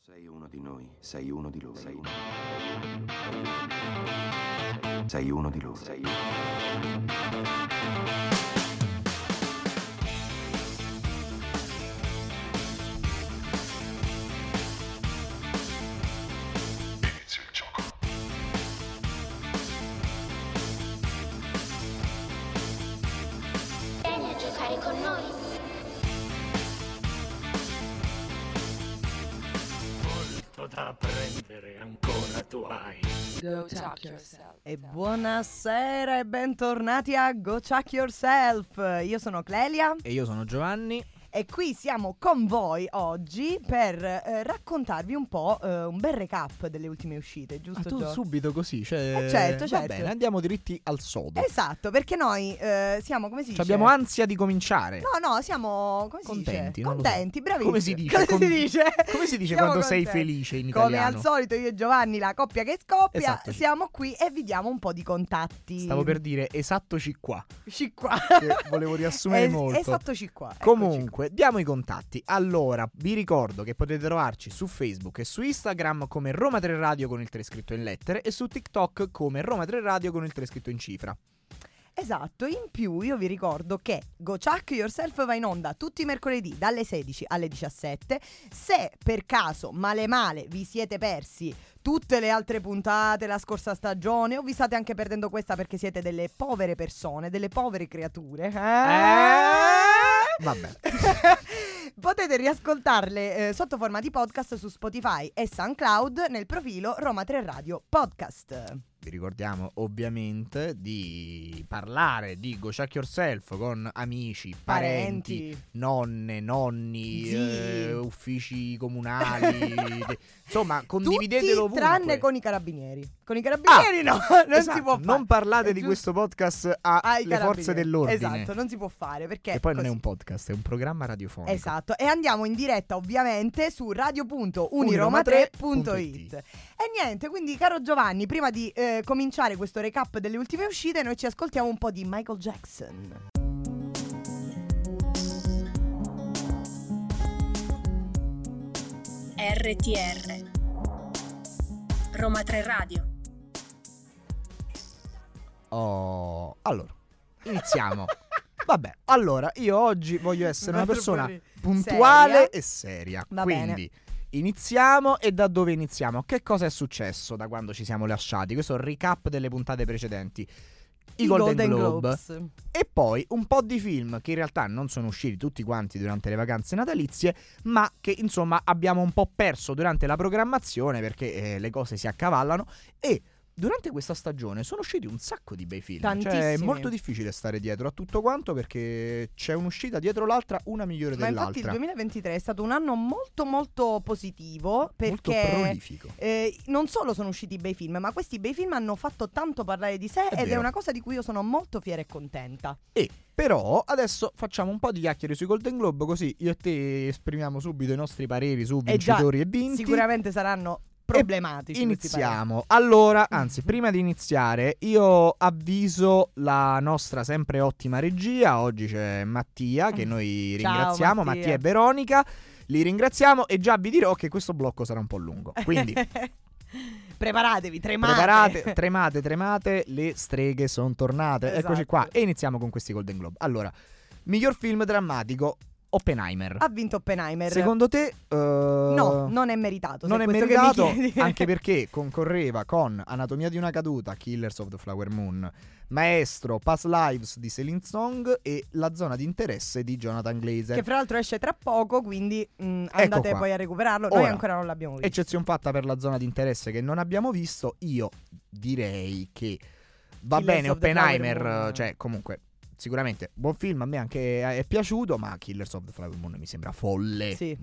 Sei uno di noi, sei uno di loro. Sei uno di loro. Sei Inizia il gioco. Vieni a giocare con noi. Molto da apprendere ancora tu hai. Go Chuck Yourself. E buonasera e bentornati a Go Chuck Yourself. Io sono Clelia E io sono Giovanni. e qui siamo con voi oggi per raccontarvi un po' un bel recap delle ultime uscite, giusto Tu Gio? subito così, cioè... certo, Va certo. bene, andiamo dritti al sodo. Esatto, perché noi siamo, come si dice? Abbiamo ansia di cominciare. No, siamo, come si Contenti, dice? non lo so. Contenti, bravissimi. Come si dice? Come si dice? Come si dice Siamo quando sei contenti. felice in Come italiano? al solito io e Giovanni, la coppia che scoppia, Esatto, sì. siamo qui e vi diamo un po' di contatti. Stavo per dire esattoci qua, Sci qua. che volevo riassumere molto. Esattoci qua. eccoci Comunque, diamo i contatti. Allora, vi ricordo che potete trovarci su Facebook e su Instagram come Roma 3 Radio con il 3 scritto in lettere e su TikTok come Roma 3 Radio con il 3 scritto in cifra. Esatto, in più io vi ricordo che Go Chuck Yourself va in onda tutti i mercoledì dalle 16 alle 17. Se per caso male vi siete persi tutte le altre puntate la scorsa stagione o vi state anche perdendo questa perché siete delle povere persone, delle povere creature, Vabbè. potete riascoltarle sotto forma di podcast su Spotify e SoundCloud nel profilo Roma 3 Radio Podcast. Vi ricordiamo ovviamente di parlare di Go Chuck Yourself con amici, parenti, nonne, nonni, Zii. uffici comunali. Insomma, condividetelo tutti ovunque. tranne con i carabinieri. Con i carabinieri no, non Esatto, si può fare. non parlate È di giusto questo podcast ai alle forze carabinieri. dell'ordine. Esatto, non si può fare perché E poi non è così. un podcast, è un programma radiofonico. Esatto, e andiamo in diretta ovviamente su radio.uniroma3.it. E niente, quindi caro Giovanni, prima di cominciare questo recap delle ultime uscite, noi ci ascoltiamo un po' di Michael Jackson. RTR Roma 3 Radio. Oh, allora, iniziamo. Vabbè, allora, io oggi voglio essere una persona puntuale e seria. Va Quindi iniziamo. E da dove iniziamo? Che cosa è successo da quando ci siamo lasciati? Questo è il recap delle puntate precedenti. I Golden Globe. Globes. E poi un po' di film che in realtà non sono usciti tutti quanti durante le vacanze natalizie, ma che insomma abbiamo un po' perso durante la programmazione perché le cose si accavallano. E durante questa stagione sono usciti un sacco di bei film. Cioè è Tantissimi. molto difficile stare dietro a tutto quanto perché c'è un'uscita dietro l'altra, una migliore Ma infatti il dell'altra. 2023 è stato un anno molto molto positivo Molto perché prolifico. non solo sono usciti bei film, ma questi bei film hanno fatto tanto parlare di sé È ed è vero. una cosa di cui io sono molto fiera e contenta. E però adesso facciamo un po' di chiacchiere sui Golden Globe, così io e te esprimiamo subito i nostri pareri su E già, vincitori e vinti. sicuramente saranno problematici. questi pareri. Iniziamo. Allora, anzi, prima di iniziare, io avviso la nostra sempre ottima regia. Oggi c'è Mattia, che noi Ciao, ringraziamo. Mattia e Veronica. Li ringraziamo e già vi dirò che questo blocco sarà un po' lungo. Quindi Preparatevi, tremate. tremate, le streghe sono tornate. Esatto. Eccoci qua. E iniziamo con questi Golden Globe. Allora, miglior film drammatico, Oppenheimer. Ha vinto Oppenheimer. Secondo te No, non è meritato. non se è questo che meritato, mi chiedi. anche perché concorreva con Anatomia di una caduta, Killers of the Flower Moon, Maestro, Past Lives di Celine Song e La zona di interesse di Jonathan Glazer. Che fra l'altro esce tra poco, quindi andate qua. poi a recuperarlo. Noi Ora, ancora non l'abbiamo visto. Eccezione fatta per La zona di interesse che non abbiamo visto. Io direi che va Killers bene of the Oppenheimer, Flower Moon. cioè comunque sicuramente buon film, a me anche è piaciuto, ma Killers of the Flower Moon mi sembra folle. Sì.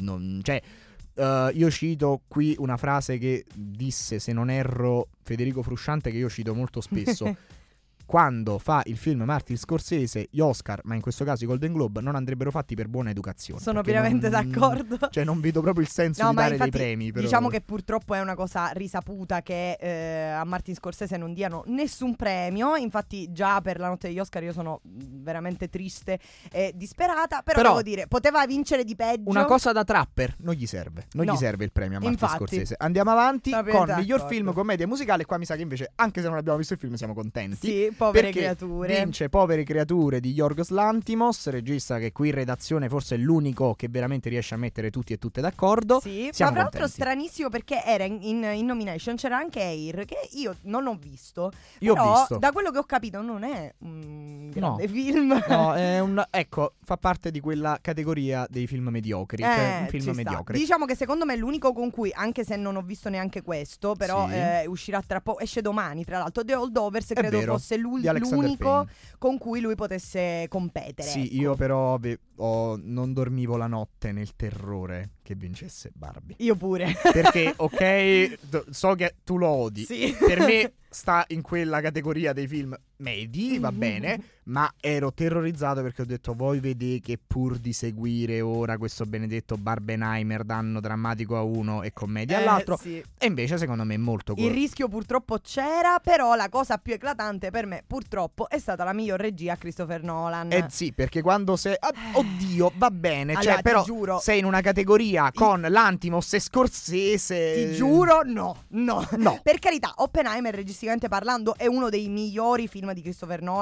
Io cito qui una frase che disse, se non erro, Federico Frusciante, che io cito molto spesso. quando fa il film Martin Scorsese, gli Oscar, ma in questo caso i Golden Globe, non andrebbero fatti per buona educazione. Sono perché pienamente d'accordo. Cioè non vedo proprio il senso No, di ma dare infatti, dei premi. Però. diciamo che purtroppo è una cosa risaputa che a Martin Scorsese non diano nessun premio. Infatti già per la notte degli Oscar io sono veramente triste e disperata. Però devo dire, poteva vincere di peggio. Una cosa da trapper non gli serve. Non No. gli serve il premio a Martin Infatti. Scorsese. Andiamo avanti Sono con pienamente miglior d'accordo. film, commedia musicale. Qua mi sa che invece, anche se non abbiamo visto il film, siamo contenti. Sì, povere perché creature. vince Povere creature di Yorgos Lanthimos, regista che qui in redazione forse è l'unico che veramente riesce a mettere tutti e tutte d'accordo. Sì, Siamo ma tra l'altro contenti. stranissimo perché era in nomination, c'era anche Air che io non ho visto. Io però, ho visto. da quello che ho capito non è un grande film. No, è ecco, fa parte di quella categoria dei film mediocri. Cioè un ci film sta. mediocre. Diciamo che secondo me è l'unico con cui, anche se non ho visto neanche questo, però Sì. uscirà tra poco, esce domani tra l'altro, The Holdovers, È credo vero, fosse di Alexander l'unico Payne. con cui lui potesse competere. Sì, ecco. io però non dormivo la notte nel terrore che vincesse Barbie. Io pure. Perché, ok, so che tu lo odi. Sì. Per me sta in quella categoria dei film medi, va bene, ma ero terrorizzato perché ho detto, voi vedete che pur di seguire ora questo benedetto Barbenheimer, danno drammatico a uno e commedia all'altro, Sì. e invece secondo me è molto Il rischio purtroppo c'era, però la cosa più eclatante per me purtroppo è stata la miglior regia Christopher Nolan. Sì, perché quando sei oddio, va bene, Allora, cioè ti però giuro, sei in una categoria con Lanthimos e Scorsese. ti giuro, no. No. Per carità, Oppenheimer, registicamente parlando, è uno dei migliori film di Christopher Nolan.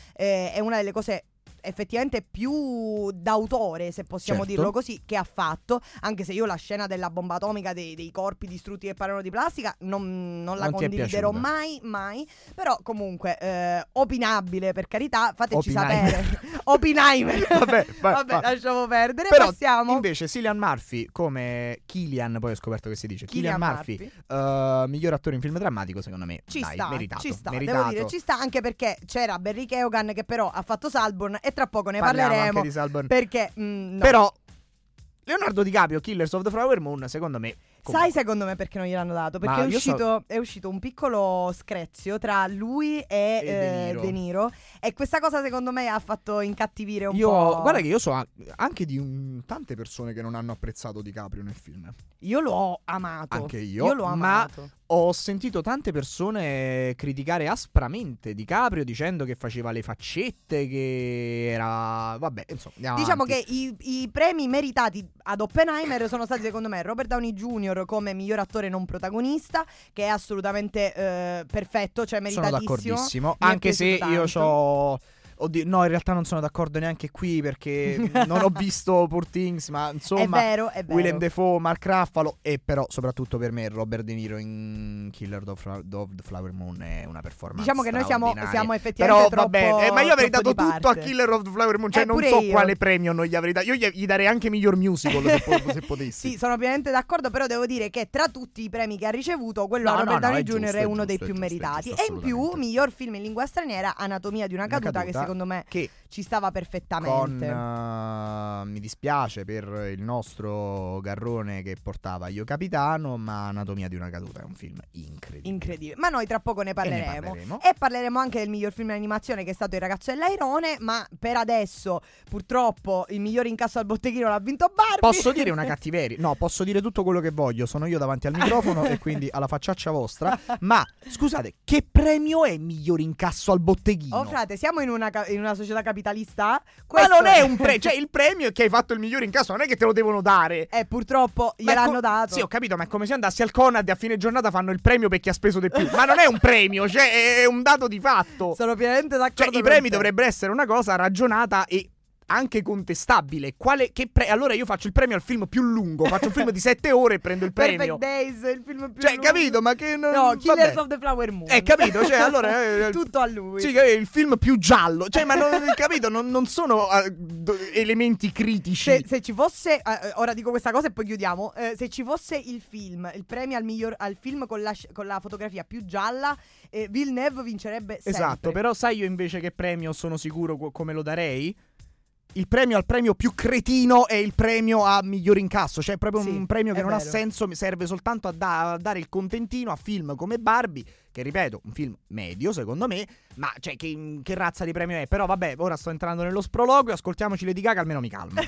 È una delle cose effettivamente più d'autore, se possiamo Certo. dirlo così, che ha fatto. Anche se io la scena della bomba atomica, dei corpi distrutti che parlano di plastica, non la Non ti è condividerò piaciuta? mai. Però comunque opinabile, per carità, fateci Oppenheimer. sapere. Oppenheimer. Vabbè, Vabbè, lasciamo perdere. Però Passiamo. invece Cillian Murphy come Cillian, poi ho scoperto che si dice Cillian Murphy, miglior attore in film drammatico, secondo me. Ci Dai, sta, meritato, ci sta, meritato. devo dire, ci sta, anche perché c'era Barry Keoghan che però ha fatto Saltburn e tra poco ne Parliamo parleremo anche di Saltburn. perché no. Però Leonardo DiCaprio, Killers of the Flower Moon, secondo me Sai secondo me perché non gliel'hanno dato? Perché Ma è io è uscito un piccolo screzio tra lui e De Niro. E questa cosa secondo me ha fatto incattivire un po'. Guarda che io so anche di tante persone che non hanno apprezzato DiCaprio nel film. Io l'ho amato. Anche io l'ho ma amato. ho sentito tante persone criticare aspramente DiCaprio dicendo che faceva le faccette, che era... Vabbè, insomma, andiamo Diciamo avanti. che i premi meritati ad Oppenheimer sono stati secondo me Robert Downey Jr. come miglior attore non protagonista, che è assolutamente perfetto, cioè Sono meritatissimo. d'accordissimo, Mi è anche se piaciuto io tanto. c'ho... Oddio, no, in realtà non sono d'accordo neanche qui perché non ho visto Poor Things, ma insomma È vero. Willem Dafoe, Mark Ruffalo e però soprattutto per me Robert De Niro in Killer of the Flower Moon è una performance Diciamo che noi siamo straordinaria. effettivamente Però va bene, ma io avrei dato troppo di tutto a parte. Killer of the Flower Moon, cioè non pure so io. quale premio non gli avrei dato. Io gli darei anche miglior musical se potessi. Sì, sono pienamente d'accordo, però devo dire che tra tutti i premi che ha ricevuto, quello a No, Robert no, Downey è Jr. giusto, è è uno dei giusto, più è giusto, meritati. è giusto, E in più, assolutamente. miglior film in lingua straniera, Anatomia di una caduta, che secondo me che ci stava perfettamente. mi dispiace per il nostro Garrone che portava Io Capitano, ma Anatomia di una caduta è un film incredibile. Ma noi tra poco ne parleremo. E parleremo anche del miglior film in animazione, che è stato Il ragazzo dell'airone. Ma per adesso purtroppo il miglior incasso al botteghino l'ha vinto Barbie. Posso dire una cattiveria? No, posso dire tutto quello che voglio. Sono io davanti al microfono e quindi alla facciaccia vostra. Ma scusate, che premio è miglior incasso al botteghino? Oh frate, siamo in una società capitalista. Ma Questo non è un premio, cioè il premio è che hai fatto il miglior incasso, non è che te lo devono dare. Purtroppo gliel'hanno dato. Sì, ho capito, ma è come se andassi al Conad e a fine giornata fanno il premio per chi ha speso di più. Ma non è un premio, cioè è un dato di fatto. Sono pienamente d'accordo. Cioè i premi dovrebbero essere una cosa ragionata e anche contestabile. Allora io faccio il premio al film più lungo, faccio un film di 7 ore e prendo il premio. Perfect Days, il film più Cioè, lungo. capito? Ma che non... No, Killers vabbè. of the Flower Moon. Capito? Cioè, allora tutto a lui. Sì, il film più giallo. Cioè, ma non capito, non sono elementi critici. Se ci fosse ora dico questa cosa e poi chiudiamo. Se ci fosse il premio al film con la fotografia più gialla, Villeneuve vincerebbe sempre. Esatto, però sai io invece che premio sono sicuro come lo darei? il premio al premio più cretino è il premio a miglior incasso. Cioè, è proprio un premio che non ha vero. senso. Serve soltanto a dare il contentino a film come Barbie, che ripeto, un film medio secondo me. Ma cioè, che razza di premio è? Però vabbè, ora sto entrando nello sproloquio. Ascoltiamoci Lady Gaga, almeno mi calmo.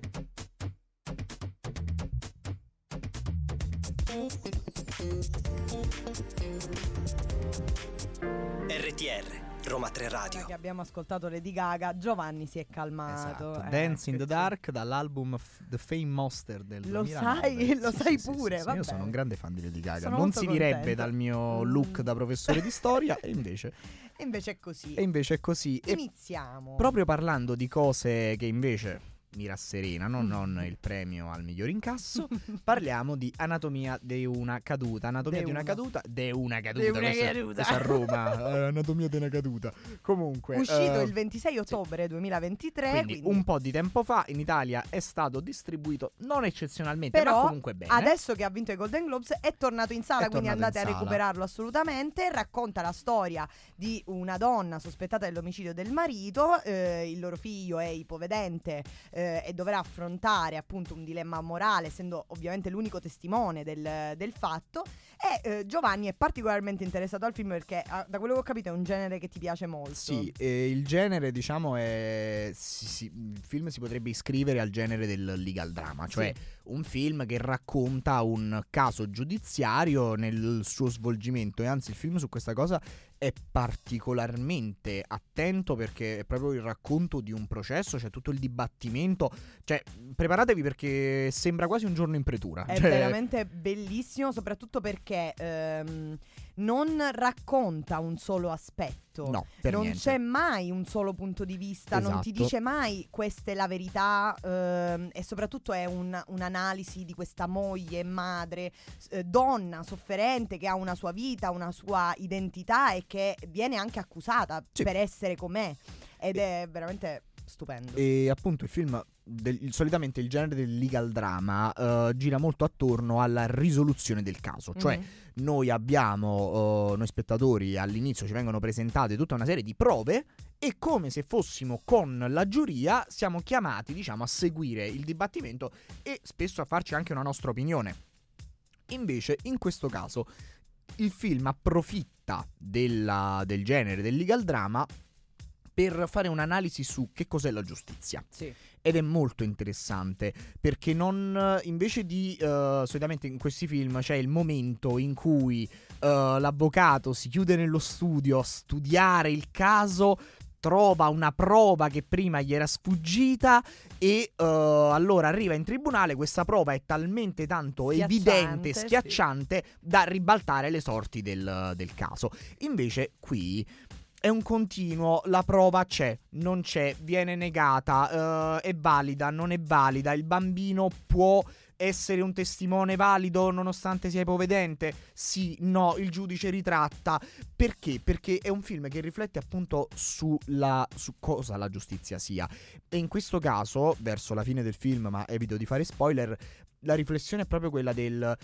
RTR Roma 3 Radio. Che abbiamo ascoltato Lady Gaga, Giovanni si è calmato. Esatto. Dance in the Dark dall'album The Fame Monster del Lo 2009. lo sai pure, Sì, vabbè. io sono un grande fan di Lady Gaga. Sono Non molto si direbbe contenta. dal mio look da professore di storia e invece E invece è così. è così. E Iniziamo. proprio parlando di cose che invece mi rasserenano, non il premio al miglior incasso, parliamo di Anatomia di una caduta. Anatomia di una caduta. De una Questo caduta. a Roma. Anatomia di una caduta. Comunque Uscito il 26 ottobre 2023. quindi un po' di tempo fa in Italia è stato distribuito non eccezionalmente, ma Però comunque bene. adesso che ha vinto i Golden Globes è tornato in sala, È quindi tornato andate in a sala. recuperarlo assolutamente. Racconta la storia di una donna sospettata dell'omicidio del marito. Il loro figlio è ipovedente e dovrà affrontare appunto un dilemma morale, essendo ovviamente l'unico testimone del fatto. E Giovanni è particolarmente interessato al film perché da quello che ho capito è un genere che ti piace molto. Sì, il genere diciamo è il film si potrebbe iscrivere al genere del legal drama, cioè un film che racconta un caso giudiziario nel suo svolgimento, e anzi il film su questa cosa è particolarmente attento perché è proprio il racconto di un processo, c'è tutto il dibattimento, cioè preparatevi perché sembra quasi un giorno in pretura. È Cioè, veramente bellissimo, soprattutto perché non racconta un solo aspetto. no, per Non niente. c'è mai un solo punto di vista, non ti Esatto. dice mai questa è la verità, e soprattutto è un'analisi di questa moglie, madre, donna sofferente che ha una sua vita, una sua identità e che viene anche accusata Sì. per essere com'è, ed è veramente stupendo. E appunto il film, solitamente il genere del legal drama gira molto attorno alla risoluzione del caso. Cioè noi abbiamo, noi spettatori, all'inizio ci vengono presentate tutta una serie di prove e come se fossimo con la giuria siamo chiamati, diciamo, a seguire il dibattimento e spesso a farci anche una nostra opinione. Invece in questo caso il film approfitta del genere del legal drama per fare un'analisi su che cos'è la giustizia. Sì. Ed è molto interessante perché non, invece di solitamente in questi film c'è il momento in cui l'avvocato si chiude nello studio a studiare il caso, trova una prova che prima gli era sfuggita e allora arriva in tribunale. Questa prova è talmente tanto evidente, Schiacciante, schiacciante, da ribaltare le sorti del caso. Invece qui è un continuo, la prova c'è, non c'è, viene negata, è valida, non è valida, il bambino può essere un testimone valido nonostante sia ipovedente? Sì, no, il giudice ritratta. Perché? Perché è un film che riflette appunto su cosa la giustizia sia. E in questo caso, verso la fine del film, ma evito di fare spoiler, la riflessione è proprio quella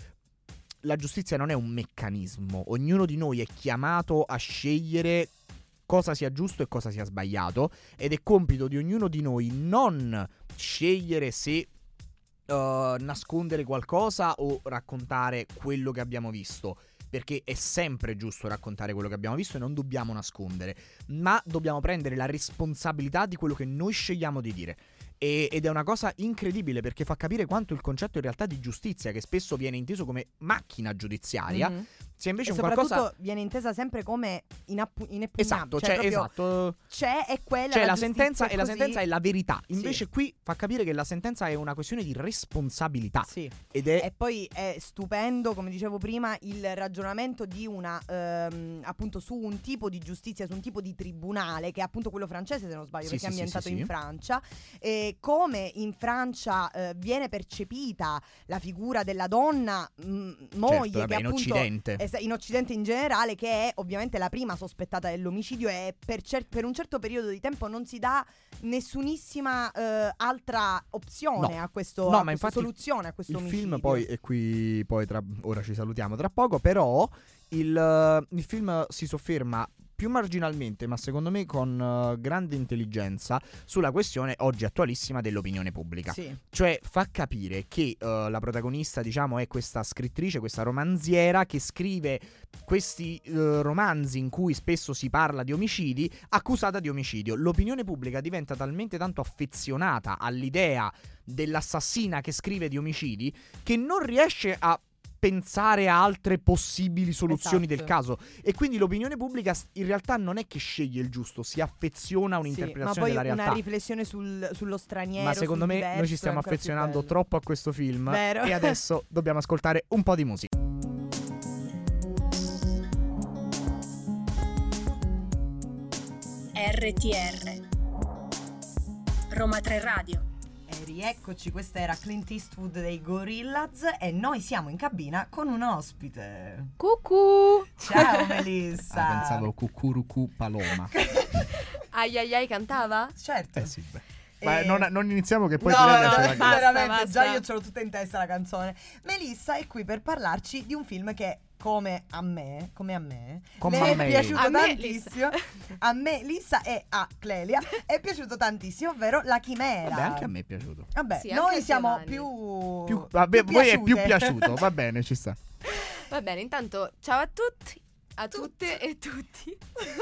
la giustizia non è un meccanismo, ognuno di noi è chiamato a scegliere cosa sia giusto e cosa sia sbagliato, ed è compito di ognuno di noi non scegliere se nascondere qualcosa o raccontare quello che abbiamo visto, perché è sempre giusto raccontare quello che abbiamo visto e non dobbiamo nascondere, ma dobbiamo prendere la responsabilità di quello che noi scegliamo di dire. Ed è una cosa incredibile perché fa capire quanto il concetto in realtà di giustizia, che spesso viene inteso come macchina giudiziaria, sia invece e un soprattutto qualcosa viene intesa sempre come inepugnabile. esatto, cioè proprio esatto. C'è e quella Cioè la la giustizia sentenza è e la così. sentenza è la verità. Sì. Invece qui fa capire che la sentenza è una questione di responsabilità. Sì. Ed è E poi è stupendo, come dicevo prima, il ragionamento di una appunto su un tipo di giustizia, su un tipo di tribunale che è appunto quello francese, se non sbaglio, Sì, perché è sì, ambientato sì, sì. in Francia, e come in Francia viene percepita la figura della donna moglie, certo, vabbè, che in appunto Occidente. in Occidente in generale, che è ovviamente la prima sospettata dell'omicidio, e per un certo periodo di tempo non si dà nessunissima altra opzione No. a questo, No, a ma questa infatti soluzione a questo il omicidio. film poi, e qui poi ora ci salutiamo tra poco, però il film si sofferma più marginalmente, ma secondo me con grande intelligenza, sulla questione oggi attualissima dell'opinione pubblica. Sì. Cioè fa capire che la protagonista, diciamo, è questa scrittrice, questa romanziera che scrive questi romanzi in cui spesso si parla di omicidi, accusata di omicidio. L'opinione pubblica diventa talmente tanto affezionata all'idea dell'assassina che scrive di omicidi che non riesce a pensare a altre possibili soluzioni del caso, e quindi l'opinione pubblica in realtà non è che sceglie il giusto, si affeziona a un'interpretazione della realtà. Ma poi una riflessione sullo straniero. Ma secondo me diverso, noi ci stiamo affezionando troppo a questo film. Vero. E adesso dobbiamo ascoltare un po' di musica. RTR Roma 3 Radio. E rieccoci, questa era Clint Eastwood dei Gorillaz e noi siamo in cabina con un ospite. Cucù! Ciao Melissa. Pensavo Cucurucu Paloma. Ai ai ai cantava? Certo. Sì, beh. Ma non iniziamo che poi no, Clelia no, ce la basta, veramente, basta. già io ce l'ho tutta in testa la canzone. Melissa è qui per parlarci di un film che come a me le è piaciuto A me, tantissimo. A me, Lissa, e a Clelia è piaciuto tantissimo, ovvero La Chimera. Vabbè, anche a me è piaciuto. Vabbè, Sì, anche noi a siamo Giovanni. Vabbè, più voi è più piaciute. piaciuto, va bene, ci sta. Va bene, intanto ciao a tutti, a tutte e tutti.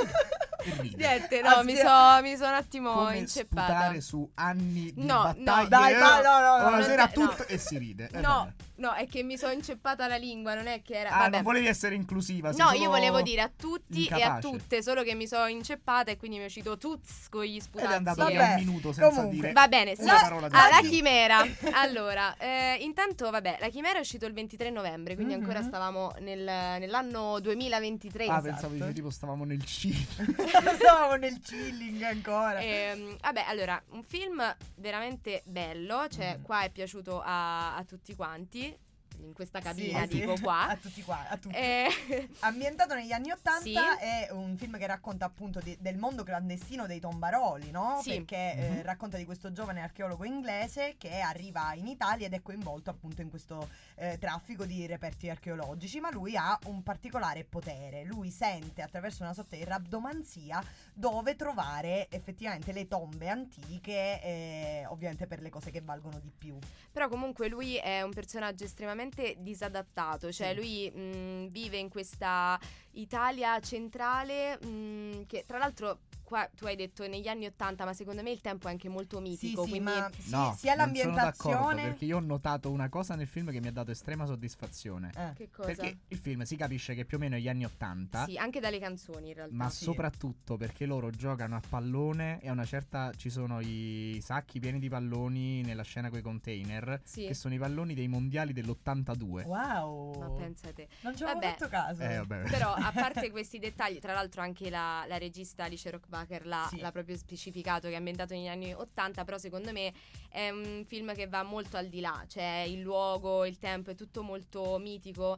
Niente, no, mi sono un attimo Come inceppata. sputare su anni di No, battaglie. no. Dai, vai, no, Buonasera a no. tutti e si ride. No, no, è che mi sono inceppata la lingua, non è che era... Ah, vabbè. non volevi essere inclusiva. sei No, solo io volevo dire a tutti e a incapace. tutte, solo che mi sono inceppata e quindi mi è uscito tuz con gli Ed sputazzi. è andato Vabbè, via un minuto senza comunque. dire Va bene, sì. una parola di La più. Chimera. Allora, intanto, vabbè, La Chimera è uscito il 23 novembre, quindi Mhm. ancora stavamo nell'anno 2023. Ah, esatto. pensavo dicevi tipo stavamo nel cinema. Stavamo nel chilling ancora. Vabbè, allora, un film veramente bello, cioè qua è piaciuto a tutti quanti, in questa cabina, Sì, dico sì. qua. A tutti qua, a tutti. Ambientato Ambientato negli anni '80, Sì. è un film che racconta appunto del mondo clandestino dei tombaroli, no? Sì. Perché racconta di questo giovane archeologo inglese che arriva in Italia ed è coinvolto appunto in questo traffico di reperti archeologici, ma lui ha un particolare potere. Lui sente attraverso una sorta di rabdomanzia dove trovare effettivamente le tombe antiche, ovviamente per le cose che valgono di più. Però comunque lui è un personaggio estremamente disadattato, cioè Sì. lui vive in questa Italia centrale che tra l'altro qua tu hai detto negli anni '80, ma secondo me il tempo è anche molto mitico, Sì, quindi ma No, sia non sono d'accordo, l'ambientazione perché io ho notato una cosa nel film che mi ha dato estrema soddisfazione. che cosa? Perché il film si capisce che più o meno negli anni '80, Sì, anche dalle canzoni in realtà. ma sì. soprattutto perché loro giocano a pallone e a una certa ci sono i sacchi pieni di palloni nella scena coi container, Sì. che sono i palloni dei mondiali dell'82. Wow. Ma pensa te. Non ci avevo Vabbè. fatto caso. Vabbè. Però a parte questi dettagli, tra l'altro anche la regista Alice Rockbacher l'ha Sì. proprio specificato, che è ambientato negli anni '80, però secondo me è un film che va molto al di là, cioè il luogo, il tempo, è tutto molto mitico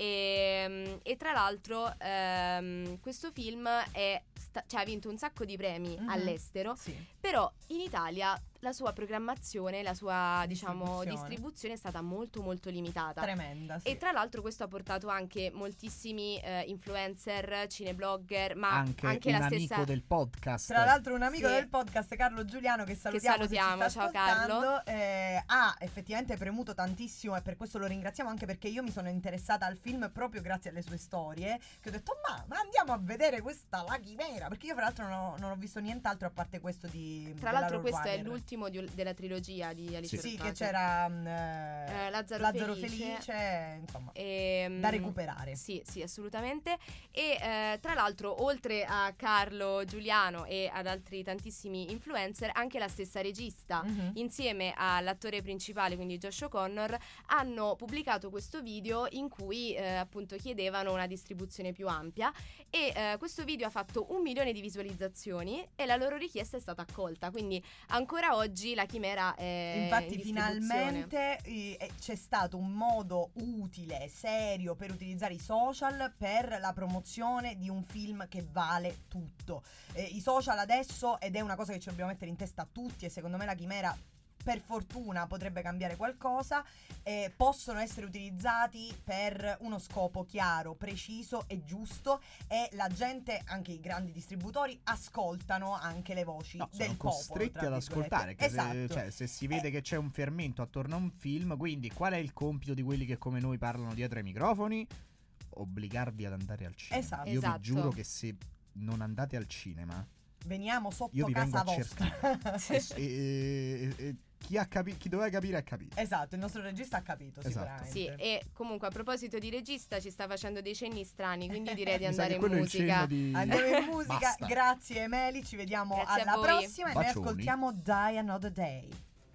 e tra l'altro questo film cioè, ha vinto un sacco di premi Mhm. all'estero, Sì. però in Italia la sua programmazione, la sua diciamo Distribuzione. distribuzione è stata molto molto limitata. Tremenda, sì. E tra l'altro questo ha portato anche moltissimi influencer, cineblogger, ma anche anche un la amico stessa... del podcast. Tra l'altro un amico Sì. del podcast, Carlo Giuliano, che salutiamo, se ci sta ciao Carlo. ascoltando, ha effettivamente premuto tantissimo, e per questo lo ringraziamo, anche perché io mi sono interessata al film proprio grazie alle sue storie, che ho detto ma andiamo a vedere questa La Chimera, perché io fra l'altro non ho visto nient'altro a parte questo di Tra della l'altro Rogue questo è Wire. l'ultimo della trilogia di Alice Sì, Rockbacher. che c'era Lazzaro Felice, insomma, E, da recuperare. Sì, sì, assolutamente. E tra l'altro, oltre a Carlo Giuliano e ad altri tantissimi influencer, anche la stessa regista, Mhm. insieme all'attore principale, quindi Josh O'Connor, hanno pubblicato questo video in cui appunto chiedevano una distribuzione più ampia, e questo video ha fatto 1 milione di visualizzazioni e la loro richiesta è stata accolta, quindi ancora oggi La Chimera è Infatti in distribuzione. finalmente c'è stato un modo utile, serio, per utilizzare i social per la promozione di un film che vale tutto. I social adesso, ed è una cosa che ci dobbiamo mettere in testa tutti, e secondo me La Chimera per fortuna potrebbe cambiare qualcosa, possono essere utilizzati per uno scopo chiaro, preciso e giusto, e la gente, anche i grandi distributori, ascoltano anche le voci No, del sono popolo, costretti tra ad ascoltare, che virgolette. Esatto. se si vede che c'è un fermento attorno a un film, quindi qual è il compito di quelli che come noi parlano dietro ai microfoni? Obbligarvi ad andare al cinema. Esatto. Io Esatto. vi giuro che se non andate al cinema, Veniamo sotto io vi vengo casa a vostra. e chi doveva capire ha capito. Esatto, il nostro regista ha capito Esatto. sicuramente. Sì, e comunque a proposito di regista ci sta facendo dei cenni strani, quindi direi di Mi sa andare che in quello è il musica. cenno di... Andiamo in musica, Basta. grazie Emeli, ci vediamo Grazie a alla voi. prossima e noi Bacioni. ascoltiamo Die Another Day.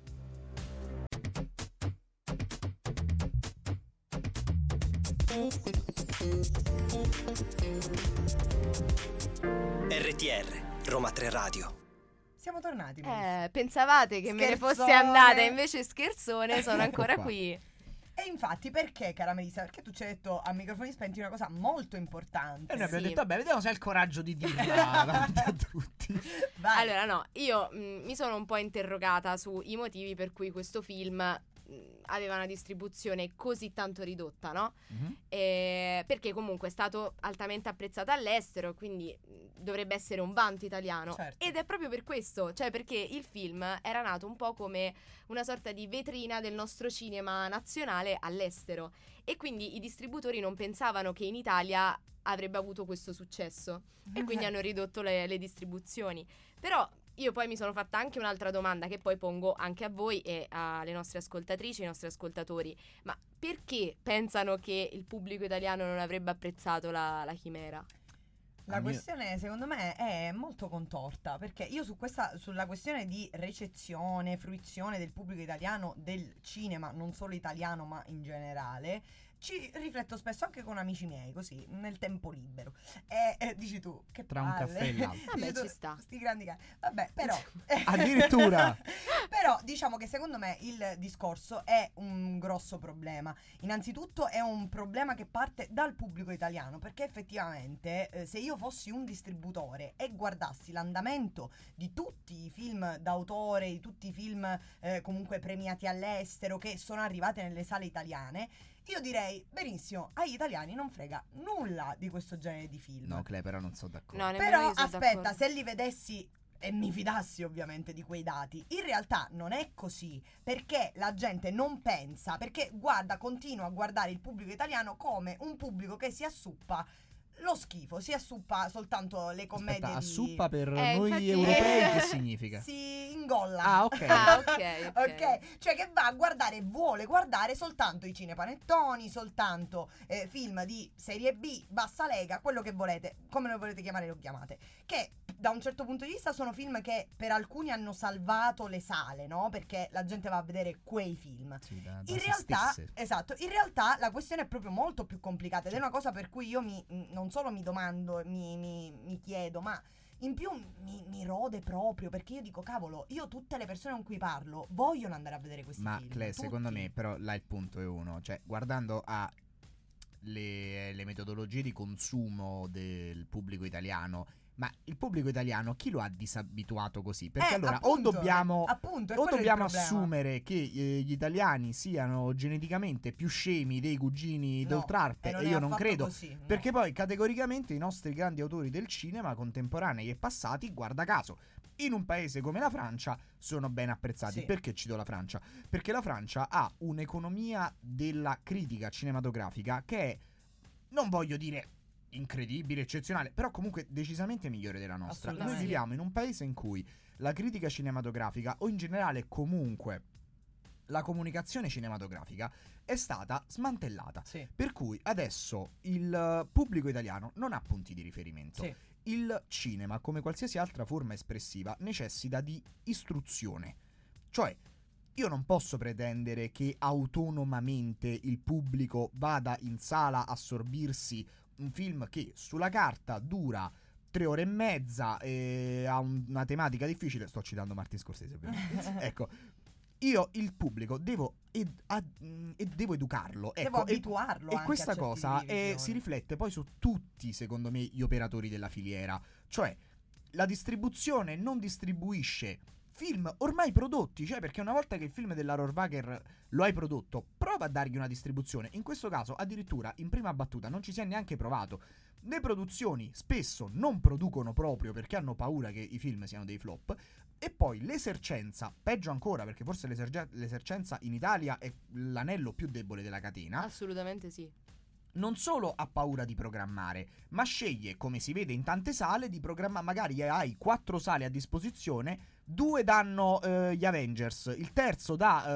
RTR, Roma 3 Radio. Siamo tornati. Melissa. Pensavate che me ne fosse Scherzone. andata, invece scherzone, sono ancora qua. qui. E infatti perché, cara Melissa? Perché tu ci hai detto a microfoni spenti una cosa molto importante. E noi abbiamo Sì. detto, vabbè, vediamo se hai il coraggio di dirla davanti a tutti. Vai. Allora no, io mi sono un po' interrogata sui motivi per cui questo film aveva una distribuzione così tanto ridotta, no? Mhm. Perché comunque è stato altamente apprezzato all'estero, quindi dovrebbe essere un vanto italiano. Certo. Ed è proprio per questo, cioè perché il film era nato un po' come una sorta di vetrina del nostro cinema nazionale all'estero, e quindi i distributori non pensavano che in Italia avrebbe avuto questo successo e quindi hanno ridotto le distribuzioni. Però io poi mi sono fatta anche un'altra domanda che poi pongo anche a voi e alle nostre ascoltatrici, ai nostri ascoltatori: ma perché pensano che il pubblico italiano non avrebbe apprezzato la Chimera? La questione secondo me è molto contorta, perché io sulla questione di ricezione, fruizione del pubblico italiano del cinema, non solo italiano ma in generale, ci rifletto spesso anche con amici miei, così, nel tempo libero. E dici tu, che Tra un palle. caffè e l'altro. Vabbè, Dici tu, ci sta. sti grandi vabbè, però Addirittura. Però diciamo che secondo me il discorso è un grosso problema. Innanzitutto è un problema che parte dal pubblico italiano, perché effettivamente se io fossi un distributore e guardassi l'andamento di tutti i film d'autore, di tutti i film comunque premiati all'estero che sono arrivati nelle sale italiane, io direi, benissimo, agli italiani non frega nulla di questo genere di film. No, Cle, però non sono d'accordo. No, nemmeno Però io sono aspetta, d'accordo. se li vedessi e mi fidassi ovviamente di quei dati, in realtà non è così, perché la gente non pensa, perché continua a guardare il pubblico italiano come un pubblico che si assuppa lo schifo, si assuppa soltanto le commedie Aspetta, di... assuppa per noi infatti- europei che significa? si ingolla. Ah, ok. Ah, ok. Ok, cioè che va a guardare, vuole guardare soltanto i cinepanettoni, soltanto film di serie B, bassa lega, quello che volete, come lo volete chiamare lo chiamate. Che da un certo punto di vista sono film che per alcuni hanno salvato le sale, no? Perché la gente va a vedere quei film. Sì, da In se realtà, stesse. esatto, in realtà la questione è proprio molto più complicata ed è una cosa per cui io non solo mi domando, mi chiedo, ma in più mi rode proprio, perché io dico, cavolo, io tutte le persone con cui parlo vogliono andare a vedere questi Ma film. Cle, secondo tutti. me però là il punto è uno, cioè guardando a le metodologie di consumo del pubblico italiano, ma il pubblico italiano chi lo ha disabituato così? Perché allora appunto, o dobbiamo appunto, è o quello il dobbiamo problema. assumere che gli italiani siano geneticamente più scemi dei cugini No, d'Oltrarte, e non e è io non affatto credo, così, no. perché poi categoricamente i nostri grandi autori del cinema contemporanei e passati, guarda caso, in un paese come la Francia sono ben apprezzati. Sì. Perché cito la Francia? Perché la Francia ha un'economia della critica cinematografica che è, non voglio dire incredibile, eccezionale, però comunque decisamente migliore della nostra. Noi Assolutamente. viviamo in un paese in cui la critica cinematografica, o in generale comunque la comunicazione cinematografica, è stata smantellata. Sì. Per cui adesso il pubblico italiano non ha punti di riferimento. Sì. Il cinema, come qualsiasi altra forma espressiva, necessita di istruzione. Cioè, io non posso pretendere che autonomamente il pubblico vada in sala a sorbirsi un film che sulla carta dura 3 ore e mezza e ha una tematica difficile. Sto citando Martin Scorsese, ovviamente. Ecco, io il pubblico devo educarlo, Devo ecco, abituarlo e anche questa a certi cosa tipi di visione. si riflette poi su tutti, secondo me, gli operatori della filiera. Cioè, la distribuzione non distribuisce film ormai prodotti, cioè perché una volta che il film della Rohrwacher lo hai prodotto, prova a dargli una distribuzione. In questo caso addirittura in prima battuta non ci si è neanche provato. Le produzioni spesso non producono proprio perché hanno paura che i film siano dei flop. E poi l'esercenza, peggio ancora, perché forse l'esercenza in Italia è l'anello più debole della catena. Assolutamente sì. Non solo ha paura di programmare, ma sceglie, come si vede in tante sale, di programmare. Magari hai 4 sale a disposizione, 2 danno gli Avengers, il terzo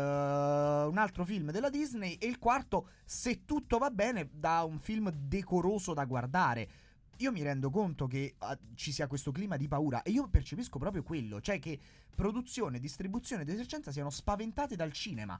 dà un altro film della Disney e il quarto, se tutto va bene, dà un film decoroso da guardare. Io mi rendo conto che ci sia questo clima di paura e io percepisco proprio quello, cioè che produzione, distribuzione ed esercenza siano spaventate dal cinema.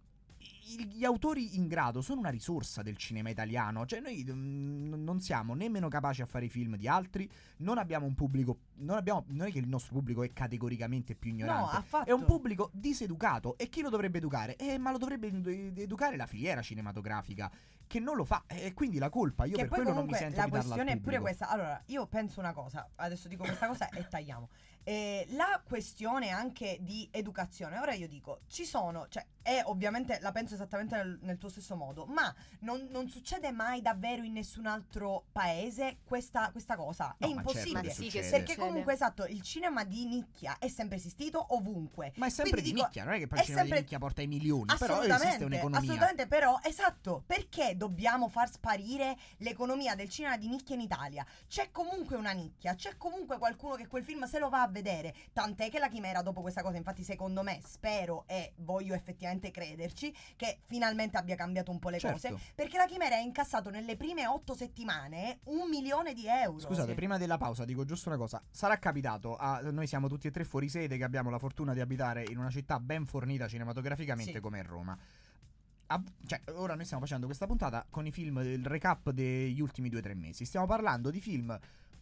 Gli autori in grado sono una risorsa del cinema italiano, cioè noi non siamo nemmeno capaci a fare i film di altri, non abbiamo un pubblico, non è che il nostro pubblico è categoricamente più ignorante, No, affatto. è un pubblico diseducato. E chi lo dovrebbe educare? Ma lo dovrebbe educare la filiera cinematografica, che non lo fa, e quindi la colpa io Che per poi quello non mi comunque sento la di darla al questione è pure pubblico. questa. Allora, io penso una cosa, adesso dico questa cosa e tagliamo. La questione anche di educazione, ora io dico, ci sono, cioè, ovviamente la penso esattamente nel tuo stesso modo, ma non succede mai davvero in nessun altro paese questa cosa. No, è ma certo impossibile. che sì, che succede. Perché succede. comunque, esatto, il cinema di nicchia è sempre esistito ovunque. Ma è sempre Quindi di dico, nicchia, non è che poi è il cinema di sempre- nicchia porta ai milioni, però Assolutamente, esiste un'economia. assolutamente, però, esatto, perché dobbiamo far sparire l'economia del cinema di nicchia in Italia? C'è comunque una nicchia, c'è comunque qualcuno che quel film se lo va a vedere, tant'è che la Chimera dopo questa cosa, infatti secondo me, spero e voglio effettivamente crederci, che finalmente abbia cambiato un po' le Certo. cose, perché la Chimera ha incassato nelle prime 8 settimane 1 milione di euro. Scusate, prima della pausa dico giusto una cosa. Sarà capitato noi siamo tutti e tre fuori sede, che abbiamo la fortuna di abitare in una città ben fornita cinematograficamente Sì. come è Roma. Cioè, ora noi stiamo facendo questa puntata con i film, il recap degli ultimi 2-3 mesi. Stiamo parlando di film,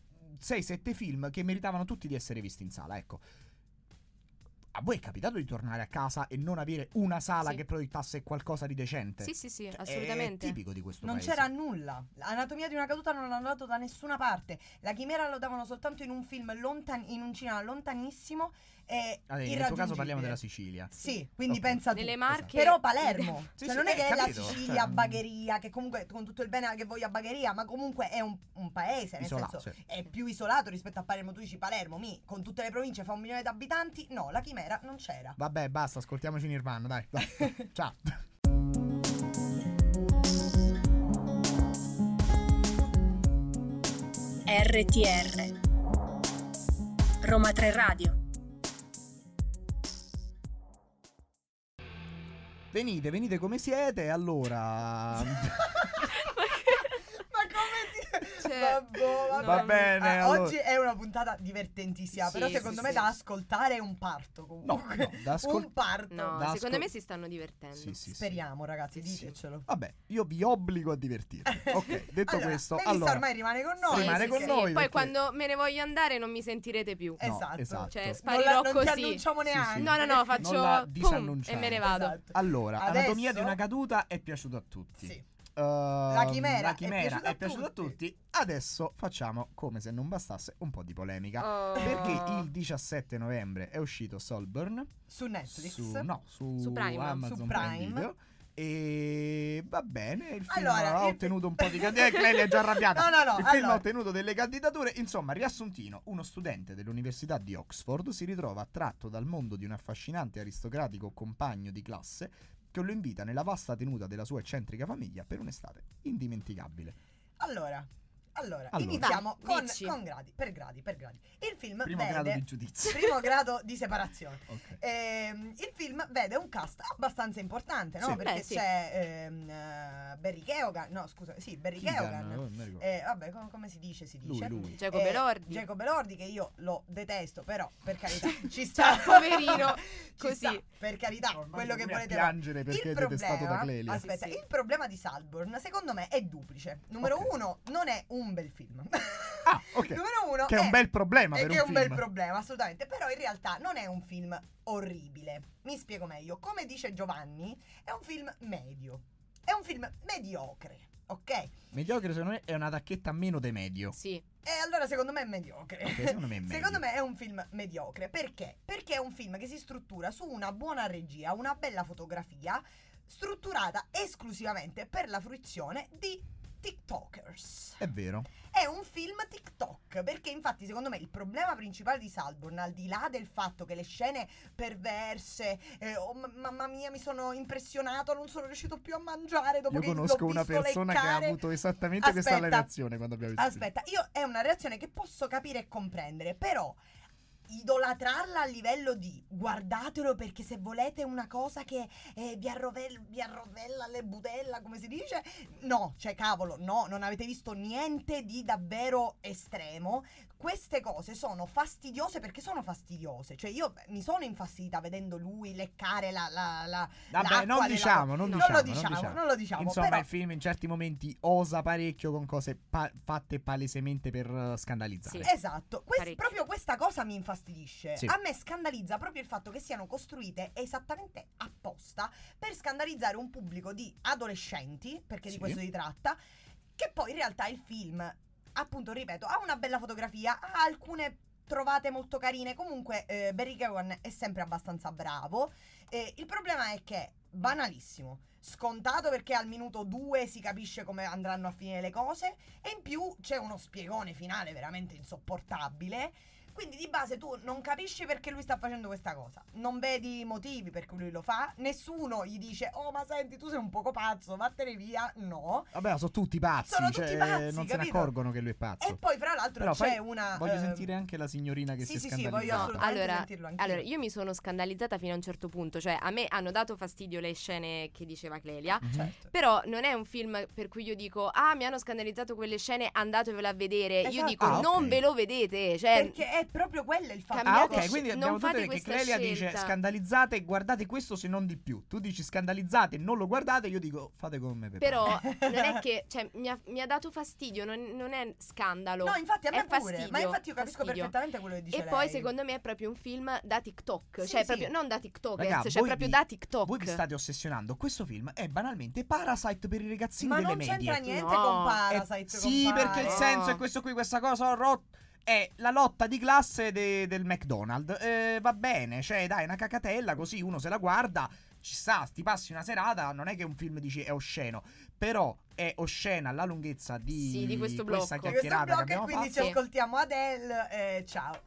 6-7 film che meritavano tutti di essere visti in sala, ecco. A voi è capitato di tornare a casa e non avere una sala Sì. che proiettasse qualcosa di decente? Sì, sì, sì, Cioè, assolutamente. È tipico di questo Non paese. c'era nulla. L'anatomia di una caduta non l'hanno andato da nessuna parte. La Chimera lo davano soltanto in un film in un cinema lontanissimo e Nel tuo caso parliamo della Sicilia. Sì, quindi Ok. pensa tu. Nelle Marche. Però Palermo, Sì, cioè sì, non è che è la capito, Sicilia, cioè, Bagheria, che comunque con tutto il bene che voglia Bagheria, ma comunque è un paese, nel Isolato, senso sì. è più isolato rispetto a Palermo. Tu dici Palermo, con tutte le province fa 1 milione di abitanti. No, la Chimera non c'era. Vabbè, basta, ascoltiamoci Nirvana, dai. Ciao. RTR Roma 3 Radio. Venite come siete, allora. Ma come ti... Cioè, Vabbè. Va bene, allora. Oggi è una puntata divertentissima, Sì, però sì, secondo sì, me sì. da ascoltare è un parto comunque. No, da un parto. No, Da secondo ascol- me si stanno divertendo. Sì. Speriamo, ragazzi, ditecelo. Vabbè, io vi obbligo a divertirvi. Ok, detto Allora, questo, Melissa allora ormai rimane con noi. rimane con sì. noi Poi perché- quando me ne voglio andare non mi sentirete più. No, Esatto. esatto. Cioè, Non sparirò ti così. annunciamo neanche. No, Non faccio la pum, disannunciare. e me ne vado. Esatto. Allora, Adesso- Anatomia di una caduta è piaciuto a tutti. Sì. La Chimera è piaciuta a tutti. Adesso facciamo, come se non bastasse, un po' di polemica. Oh. Perché il 17 novembre è uscito Saltburn Su Netflix. su Prime. Amazon Su Prime Prime. Video. E va bene, il film Allora, ha ottenuto un po' di candidature. Lei è già arrabbiata. No, Il film allora. ha ottenuto delle candidature. Insomma, riassuntino: uno studente dell'Università di Oxford si ritrova attratto dal mondo di un affascinante aristocratico compagno di classe che lo invita nella vasta tenuta della sua eccentrica famiglia per un'estate indimenticabile. Allora, Allora. iniziamo Vai, dici. con gradi, per gradi. Il film Primo vede grado di giudizio. primo grado di separazione. Ok. Il film vede un cast abbastanza importante, no? Sì. Perché Beh, sì. c'è Barry Keoghan, no scusa, sì, Barry Keoghan. non mi ricordo. Vabbè, come si dice? Lui. Jacob Elordi. Jacob Elordi, che io lo detesto, però per carità ci sta. Cioè, poverino, Ci così. sta, per carità, quello che pure a volete piangere perché il è detestato da Clelia. Aspetta, Sì, sì. il problema di Saltburn secondo me è duplice. Numero Ok. uno, non è un bel film. Ah, ok. Numero uno Che è un bel problema e per che è un un bel film. problema, assolutamente. Però in realtà non è un film orribile. Mi spiego meglio. Come dice Giovanni, è un film medio. È un film mediocre. ok? Mediocre secondo me è una tacchetta meno de medio. Sì. E allora secondo me è mediocre. Ok, secondo me è medio. Secondo me è un film mediocre. Perché? Perché è un film che si struttura su una buona regia, una bella fotografia, strutturata esclusivamente per la fruizione di TikTokers. È vero. È un film TikTok, perché infatti secondo me il problema principale di Saltburn, al di là del fatto che le scene perverse, mamma mia mi sono impressionato, non sono riuscito più a mangiare dopo Io che conosco l'ho una visto persona leccare. che ha avuto esattamente questa Aspetta. reazione quando abbiamo visto. Aspetta, io è una reazione che posso capire e comprendere, però idolatrarla a livello di guardatelo perché se volete una cosa che vi arrovella le budella, come si dice, no, cioè cavolo, no, non avete visto niente di davvero estremo. Queste cose sono fastidiose perché sono fastidiose, cioè io mi sono infastidita vedendo lui leccare la Vabbè, non lo diciamo. non lo diciamo. Insomma, però il film in certi momenti osa parecchio con cose fatte palesemente per scandalizzare. Sì. esatto, Parecchio. proprio questa cosa mi infastidisce. Sì. A me scandalizza proprio il fatto che siano costruite esattamente apposta per scandalizzare un pubblico di adolescenti, perché Sì. di questo si tratta, che poi in realtà il film, appunto, ripeto, ha una bella fotografia, ha alcune trovate molto carine. Comunque Barry Keoghan è sempre abbastanza bravo. Il problema è che banalissimo, scontato perché al minuto 2 si capisce come andranno a finire le cose, e in più c'è uno spiegone finale veramente insopportabile. Quindi di base tu non capisci perché lui sta facendo questa cosa, non vedi i motivi per cui lui lo fa, nessuno gli dice oh ma senti tu sei un poco pazzo, vattene via, no. Vabbè, sono tutti pazzi, Sono tutti pazzi, non se ne capito? accorgono che lui è pazzo. E poi fra l'altro Però c'è una voglio sentire anche la signorina che sì, si è sì, scandalizzata. voglio assolutamente Allora, sentirlo anch'io. allora, io mi sono scandalizzata fino a un certo punto, cioè a me hanno dato fastidio le scene che diceva Clelia, Certo. però non è un film per cui io dico mi hanno scandalizzato quelle scene, andatevelo a vedere. Io Esatto. dico Ah, ok. non ve lo vedete, cioè Perché è proprio quello il fatto. Cambiate Ah, ok, quindi non abbiamo fate detto che questa Clelia dice scelta. scandalizzate e guardate questo se non di più. Tu dici scandalizzate e non lo guardate, io dico fate come vi pare. però non è che cioè, mi ha dato fastidio, non è scandalo. No, infatti a me è pure, fastidio, ma infatti io capisco fastidio. perfettamente quello che dice E lei. poi secondo me è proprio un film da TikTok, Sì, cioè sì. proprio non da TikTokers, Raga, cioè voi proprio vi- da TikTok. Voi vi state ossessionando. Questo film è banalmente Parasite per i ragazzini ma delle non medie. c'entra niente No. con Parasite. Sì, compare. perché il senso è questo qui, questa cosa è la lotta di classe del McDonald's. Va bene, cioè dai, una cacatella così uno se la guarda, ci sta, ti passi una serata, non è che un film dici è osceno, però è oscena la lunghezza di, Sì, di questo questa blocco. Questo chiacchierata che blocco, e abbiamo quindi fatto. ci ascoltiamo Adele. Ciao.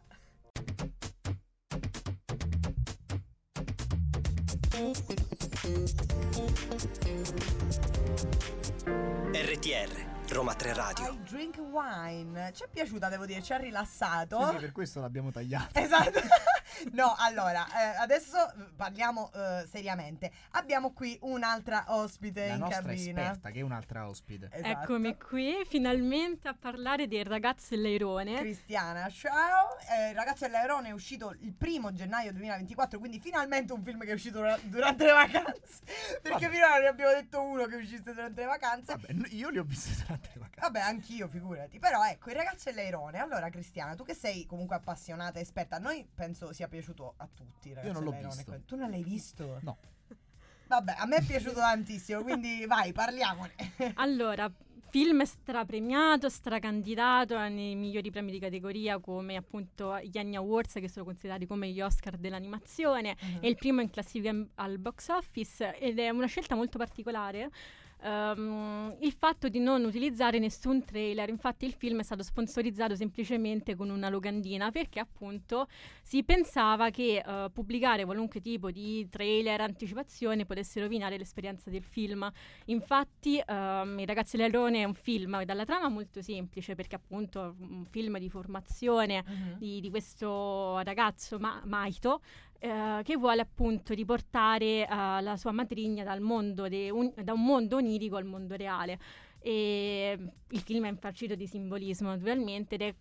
RTR, Roma 3 Radio. I Drink Wine. Ci è piaciuta, devo dire, ci ha rilassato. Sì, per questo l'abbiamo tagliato. Esatto. No, allora, adesso parliamo seriamente. Abbiamo qui un'altra ospite La in nostra cabina. esperta, che è un'altra ospite. Esatto. Eccomi qui finalmente a parlare del Ragazzo e l'Airone. Cristiana, ciao. Ragazzi, l'Airone è uscito il 1° gennaio 2024, quindi finalmente un film che è uscito durante le vacanze. Perché Vabbè. finora ne abbiamo detto uno che uscisse durante le vacanze. Vabbè, io li ho visti durante le vacanze. Vabbè, anch'io, figurati. Però ecco, il Ragazzo e l'Airone. Allora, Cristiana, tu che sei comunque appassionata e esperta, a noi penso sia piaciuto a tutti il Ragazzo non e l'ho l'Airone. visto. Tu non l'hai visto? No. Vabbè, a me è piaciuto tantissimo, quindi vai, parliamone. Allora, film strapremiato, stracandidato nei migliori premi di categoria come appunto gli Annie Awards, che sono considerati come gli Oscar dell'animazione. È il primo in classifica al box office ed è una scelta molto particolare. Il fatto di non utilizzare nessun trailer, infatti il film è stato sponsorizzato semplicemente con una locandina, perché appunto si pensava che pubblicare qualunque tipo di trailer, anticipazione potesse rovinare l'esperienza del film. Infatti I Ragazzi dell'Airone è un film dalla trama molto semplice, perché appunto è un film di formazione di questo ragazzo Maito, che vuole appunto riportare la sua matrigna dal mondo da un mondo onirico al mondo reale. E il film è infarcito di simbolismo naturalmente ed è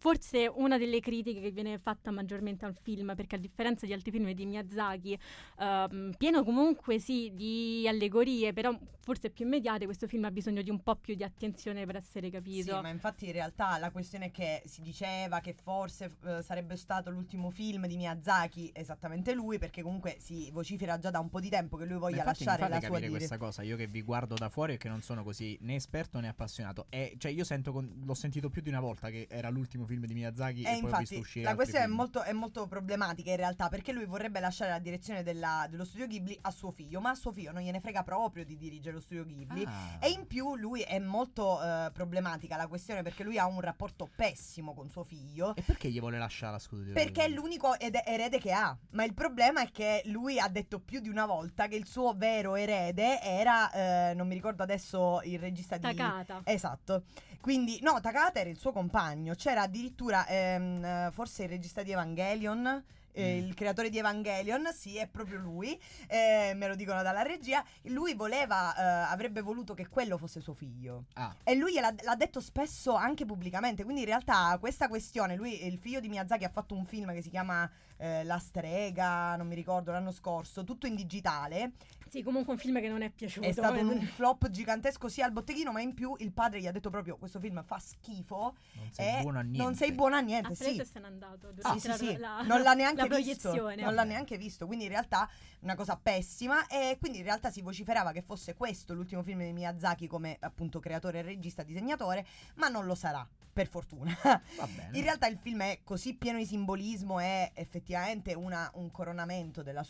forse una delle critiche che viene fatta maggiormente al film, perché a differenza di altri film di Miyazaki, pieno comunque sì di allegorie, però forse più immediate, questo film ha bisogno di un po' più di attenzione per essere capito. Sì, ma infatti in realtà la questione è che si diceva che forse sarebbe stato l'ultimo film di Miyazaki, esattamente lui, perché comunque si vocifera già da un po' di tempo che lui voglia lasciare la sua capire questa cosa, io che vi guardo da fuori e che non sono così né esperto né appassionato, cioè io l'ho sentito più di una volta che era l'ultimo film di Miyazaki e poi infatti, ho visto uscire la questione film. è molto problematica in realtà, perché lui vorrebbe lasciare la direzione dello studio Ghibli a suo figlio, ma a suo figlio non gliene frega proprio di dirigere lo studio Ghibli. E in più lui è molto problematica la questione, perché lui ha un rapporto pessimo con suo figlio. E perché gli vuole lasciare la studio? Perché è l'unico erede che ha. Ma il problema è che lui ha detto più di una volta che il suo vero erede era non mi ricordo adesso il regista di Takata. Esatto. Quindi no, Takata era il suo compagno. C'era addirittura forse il regista di Evangelion, il creatore di Evangelion, sì, è proprio lui, me lo dicono dalla regia. Lui avrebbe voluto che quello fosse suo figlio. E lui l'ha detto spesso anche pubblicamente. Quindi in realtà questa questione, lui, il figlio di Miyazaki, ha fatto un film che si chiama La strega, non mi ricordo, l'anno scorso, tutto in digitale. Sì, comunque un film che non è piaciuto. È stato un flop gigantesco sia al botteghino, ma in più il padre gli ha detto proprio: questo film fa schifo, non sei buono a niente. Non sei buono a niente. Ha sì. preso e se n'è andato durante sì. la Non l'ha neanche la visto. proiezione. Non l'ha neanche visto. Quindi in realtà una cosa pessima. E quindi in realtà si vociferava che fosse questo l'ultimo film di Miyazaki come appunto creatore, regista, disegnatore, ma non lo sarà, per fortuna. Va bene. In realtà il film è così pieno di simbolismo, è effettivamente un coronamento della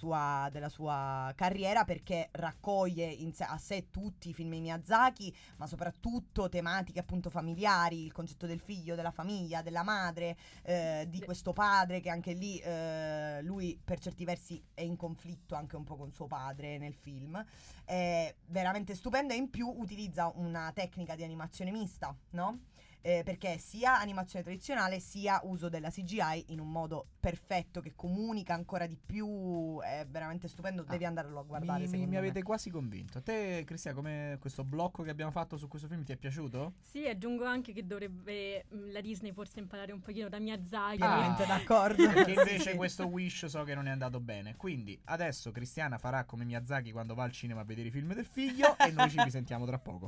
sua carriera, perché raccoglie a sé tutti i film di Miyazaki, ma soprattutto tematiche appunto familiari, il concetto del figlio, della famiglia, della madre, di questo padre che anche lì lui per certi versi è in conflitto anche un po' con suo padre nel film. È veramente stupendo, e in più utilizza una tecnica di animazione mista, no? Perché sia animazione tradizionale sia uso della CGI in un modo perfetto che comunica ancora di più. È veramente stupendo, devi andarlo a guardare. Mi avete quasi convinto. A te, Cristian, come questo blocco che abbiamo fatto su questo film ti è piaciuto? Sì, aggiungo anche che dovrebbe la Disney forse imparare un pochino da Miyazaki. Veramente d'accordo. Perché invece questo Wish so che non è andato bene. Quindi adesso Cristiana farà come Miyazaki quando va al cinema a vedere i film del figlio e noi ci risentiamo tra poco.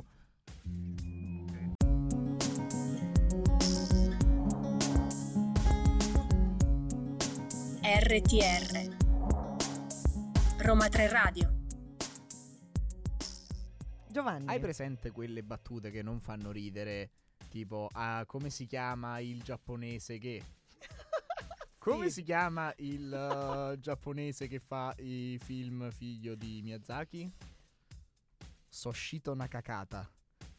RTR Roma 3 Radio. Giovanni, Hai presente quelle battute che non fanno ridere? Tipo, come si chiama il giapponese che... Come si chiama il giapponese che fa i film figlio di Miyazaki? Soshito Nakakata.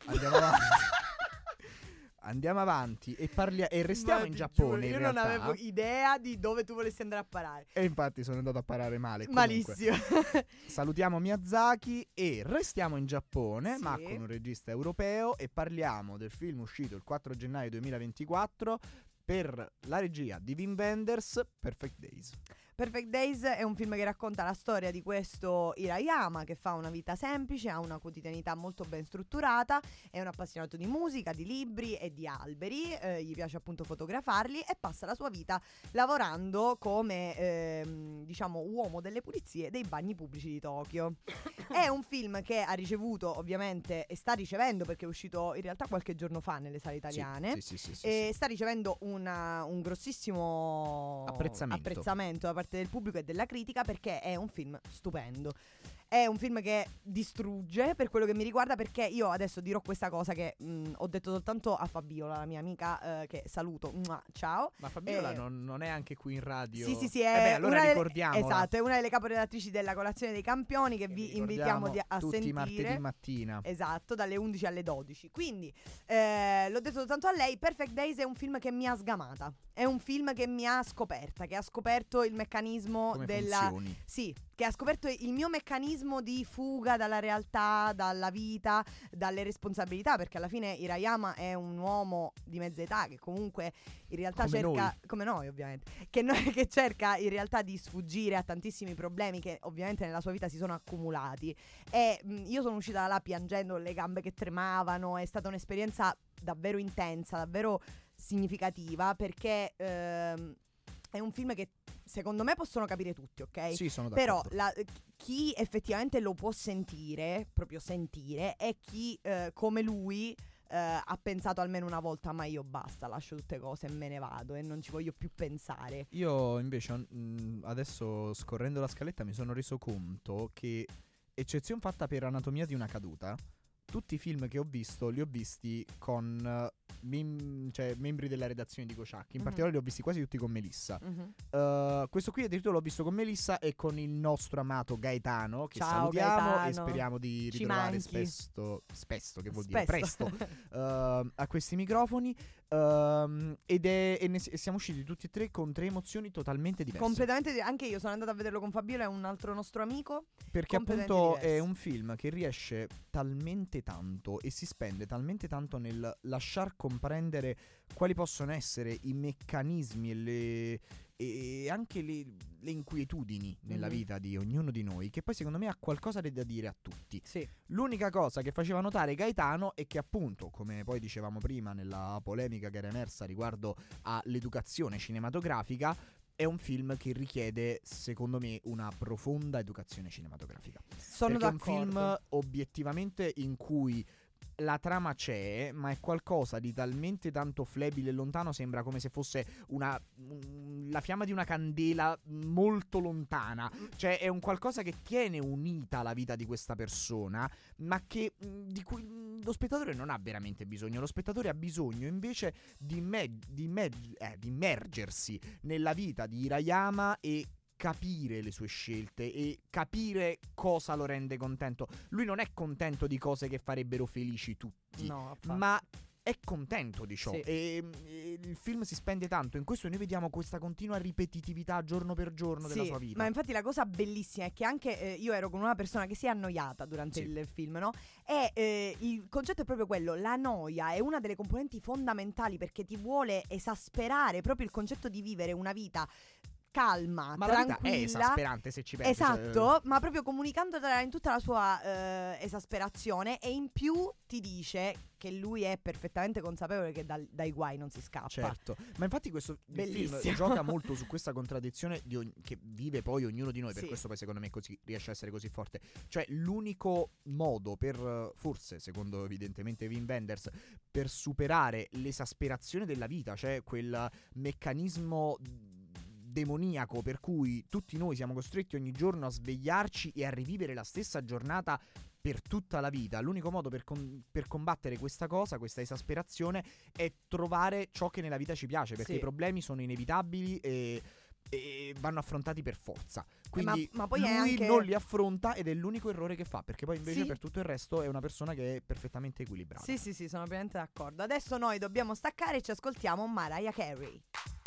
Andiamo avanti e restiamo in Giappone. Io in non realtà. avevo idea di dove tu volessi andare a parare. E infatti sono andato a parare male. Malissimo. Salutiamo Miyazaki e restiamo in Giappone, Sì. ma con un regista europeo, e parliamo del film uscito il 4 gennaio 2024 per la regia di Wim Wenders, Perfect Days. Perfect Days è un film che racconta la storia di questo Hirayama che fa una vita semplice, ha una quotidianità molto ben strutturata, è un appassionato di musica, di libri e di alberi, gli piace appunto fotografarli e passa la sua vita lavorando come diciamo uomo delle pulizie dei bagni pubblici di Tokyo. È un film che ha ricevuto ovviamente e sta ricevendo, perché è uscito in realtà qualche giorno fa nelle sale italiane, Sì. e sta ricevendo un grossissimo apprezzamento da parte del pubblico e della critica, perché è un film stupendo. È un film che distrugge per quello che mi riguarda, perché io adesso dirò questa cosa che ho detto soltanto a Fabiola, la mia amica, che saluto. Ciao. Ma Fabiola non è anche qui in radio? Sì, è allora ricordiamola. Esatto, è una delle caporedattrici della Colazione dei Campioni, che vi invitiamo a tutti sentire i martedì mattina. Esatto, dalle 11 alle 12. Quindi l'ho detto soltanto a lei. Perfect Days è un film che mi ha sgamata. È un film che mi ha scoperta, che ha scoperto il meccanismo Come della... funzioni. Sì, che ha scoperto il mio meccanismo di fuga dalla realtà, dalla vita, dalle responsabilità, perché alla fine Hirayama è un uomo di mezza età che comunque in realtà come cerca, noi. come noi ovviamente, che cerca in realtà di sfuggire a tantissimi problemi che ovviamente nella sua vita si sono accumulati. E io sono uscita da là piangendo, le gambe che tremavano, è stata un'esperienza davvero intensa, davvero significativa perché è un film che secondo me possono capire tutti, ok? Sì, sono Però d'accordo. chi effettivamente lo può sentire, proprio sentire, è chi come lui ha pensato almeno una volta: ma io basta, lascio tutte cose e me ne vado e non ci voglio più pensare. Io invece adesso, scorrendo la scaletta, mi sono reso conto che, eccezione fatta per Anatomia di una caduta, tutti i film che ho visto li ho visti con membri della redazione di Kojak. In particolare li ho visti quasi tutti con Melissa. Questo qui addirittura l'ho visto con Melissa e con il nostro amato Gaetano, che Ciao, salutiamo Gaetano. E speriamo di Ci ritrovare manchi. spesso, che vuol dire Spesso. presto, a questi microfoni. Siamo usciti tutti e tre con 3 emozioni totalmente diverse. Completamente anche io sono andata a vederlo con Fabiola e un altro nostro amico. Perché completamente appunto diversi. è un film che riesce talmente tanto e si spende talmente tanto nel lasciar comprendere quali possono essere i meccanismi e anche le inquietudini nella vita di ognuno di noi, che poi secondo me ha qualcosa da dire a tutti. Sì. L'unica cosa che faceva notare Gaetano è che appunto, come poi dicevamo prima nella polemica che era emersa riguardo all'educazione cinematografica, è un film che richiede, secondo me, una profonda educazione cinematografica. Sono Perché d'accordo. è un film obiettivamente in cui la trama c'è, ma è qualcosa di talmente tanto flebile e lontano, sembra come se fosse la fiamma di una candela molto lontana. Cioè è un qualcosa che tiene unita la vita di questa persona, ma che di cui lo spettatore non ha veramente bisogno. Lo spettatore ha bisogno invece di immergersi nella vita di Hirayama e capire le sue scelte e capire cosa lo rende contento. Lui non è contento di cose che farebbero felici tutti, No, affatto. ma è contento di ciò. Sì. E il film si spende tanto in questo, e noi vediamo questa continua ripetitività giorno per giorno della sua vita. Ma infatti la cosa bellissima è che anche io ero con una persona che si è annoiata durante Sì. il film, no? E il concetto è proprio quello: la noia è una delle componenti fondamentali perché ti vuole esasperare proprio il concetto di vivere una vita calma, Ma la vita tranquilla. è esasperante se ci pensi. Esatto, ma proprio comunicandotela in tutta la sua esasperazione, e in più ti dice che lui è perfettamente consapevole che dai guai non si scappa. Certo, ma infatti questo il film Bellissimo. gioca molto su questa contraddizione che vive poi ognuno di noi. Per Sì. questo poi secondo me riesce a essere così forte. Cioè l'unico modo per, forse secondo evidentemente Wim Wenders, per superare l'esasperazione della vita, cioè quel meccanismo demoniaco per cui tutti noi siamo costretti ogni giorno a svegliarci e a rivivere la stessa giornata per tutta la vita. L'unico modo per combattere questa cosa, questa esasperazione, è trovare ciò che nella vita ci piace, perché Sì. i problemi sono inevitabili e vanno affrontati per forza. Quindi ma poi lui è anche... non li affronta ed è l'unico errore che fa, perché poi invece Sì. per tutto il resto è una persona che è perfettamente equilibrata. Sì, sono pienamente d'accordo. Adesso noi dobbiamo staccare e ci ascoltiamo Mariah Carey.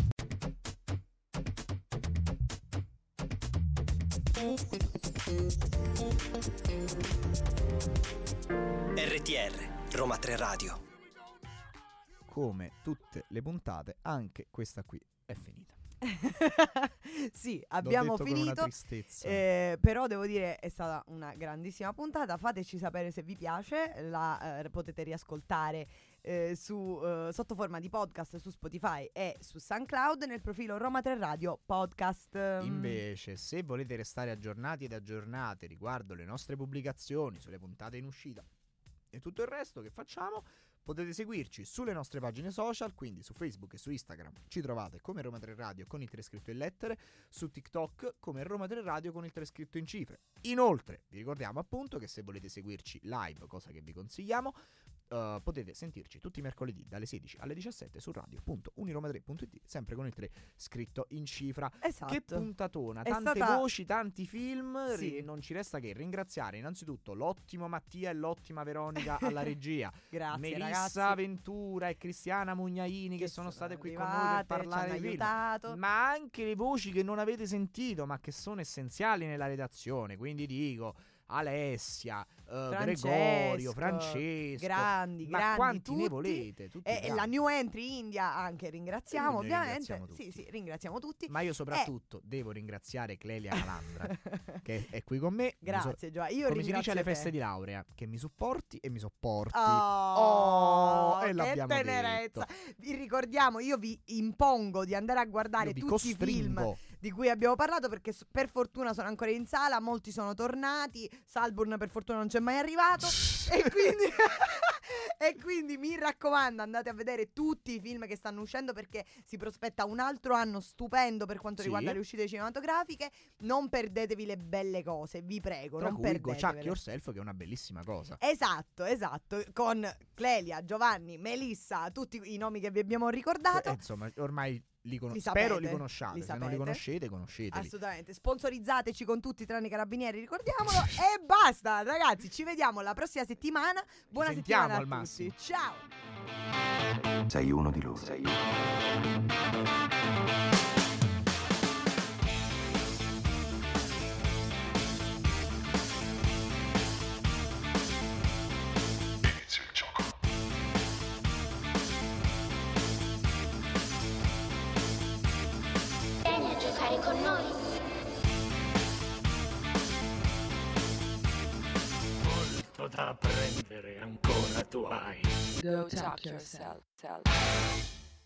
RTR, Roma 3 Radio. Come tutte le puntate, anche questa qui è finita. Sì, L'ho abbiamo detto con una finito. tristezza. Però devo dire è stata una grandissima puntata. Fateci sapere se vi piace. La potete riascoltare sotto forma di podcast su Spotify e su SoundCloud nel profilo Roma 3 Radio Podcast. Invece, se volete restare aggiornati ed aggiornate riguardo le nostre pubblicazioni sulle puntate in uscita e tutto il resto che facciamo, potete seguirci sulle nostre pagine social, quindi su Facebook e su Instagram ci trovate come Roma 3 Radio con il 3 scritto in lettere, su TikTok come Roma 3 Radio con il 3 scritto in cifre. Inoltre vi ricordiamo appunto che se volete seguirci live, cosa che vi consigliamo, potete sentirci tutti i mercoledì dalle 16 alle 17 su radio.uniroma3.it, sempre con il 3 scritto in cifra. Esatto. Che puntatona, È tante stata- voci, tanti film. Sì. Non ci resta che ringraziare innanzitutto l'ottimo Mattia e l'ottima Veronica alla regia, Grazie Melissa ragazzi. Ventura e Cristiana Mugnaini che sono state qui con noi per arrivate, parlare ci hanno di film, aiutato. ma anche le voci che non avete sentito ma che sono essenziali nella redazione, quindi dico Alessia, Gregorio, Francesco, grandi, ma grandi quanti tutti. ne volete? Tutti E la bravi. new entry India anche ringraziamo, Noi ovviamente. ringraziamo tutti. Sì, ringraziamo tutti. Ma io soprattutto devo ringraziare Clelia Calandra che è qui con me. Grazie Gioia. Io Come si dice ringrazio alle te. feste di laurea, che mi supporti e mi sopporti. Oh, e che l'abbiamo tenerezza. detto. Vi ricordiamo, io vi impongo di andare a guardare Io vi tutti i film costringo. di cui abbiamo parlato, perché per fortuna sono ancora in sala, molti sono tornati, Salburn per fortuna non c'è mai arrivato e quindi e quindi mi raccomando, andate a vedere tutti i film che stanno uscendo, perché si prospetta un altro anno stupendo per quanto Sì. riguarda le uscite cinematografiche. Non perdetevi le belle cose, vi prego, Tra non cui Go Chuck perdetevele. Yourself, che è una bellissima cosa. Esatto, con Clelia, Giovanni, Melissa, tutti i nomi che vi abbiamo ricordato. Insomma, ormai Li spero sapete, li conosciate. li Se non li sapete. conoscete, conosceteli. Assolutamente, sponsorizzateci con tutti tranne i carabinieri, ricordiamolo. E basta, ragazzi, ci vediamo la prossima settimana. Buona sentiamo settimana a al tutti. massimo. Ciao. Sei uno di loro. Inizia il gioco. Vieni a giocare con noi. Molto da apprendere ancora tu hai. Go talk yourself.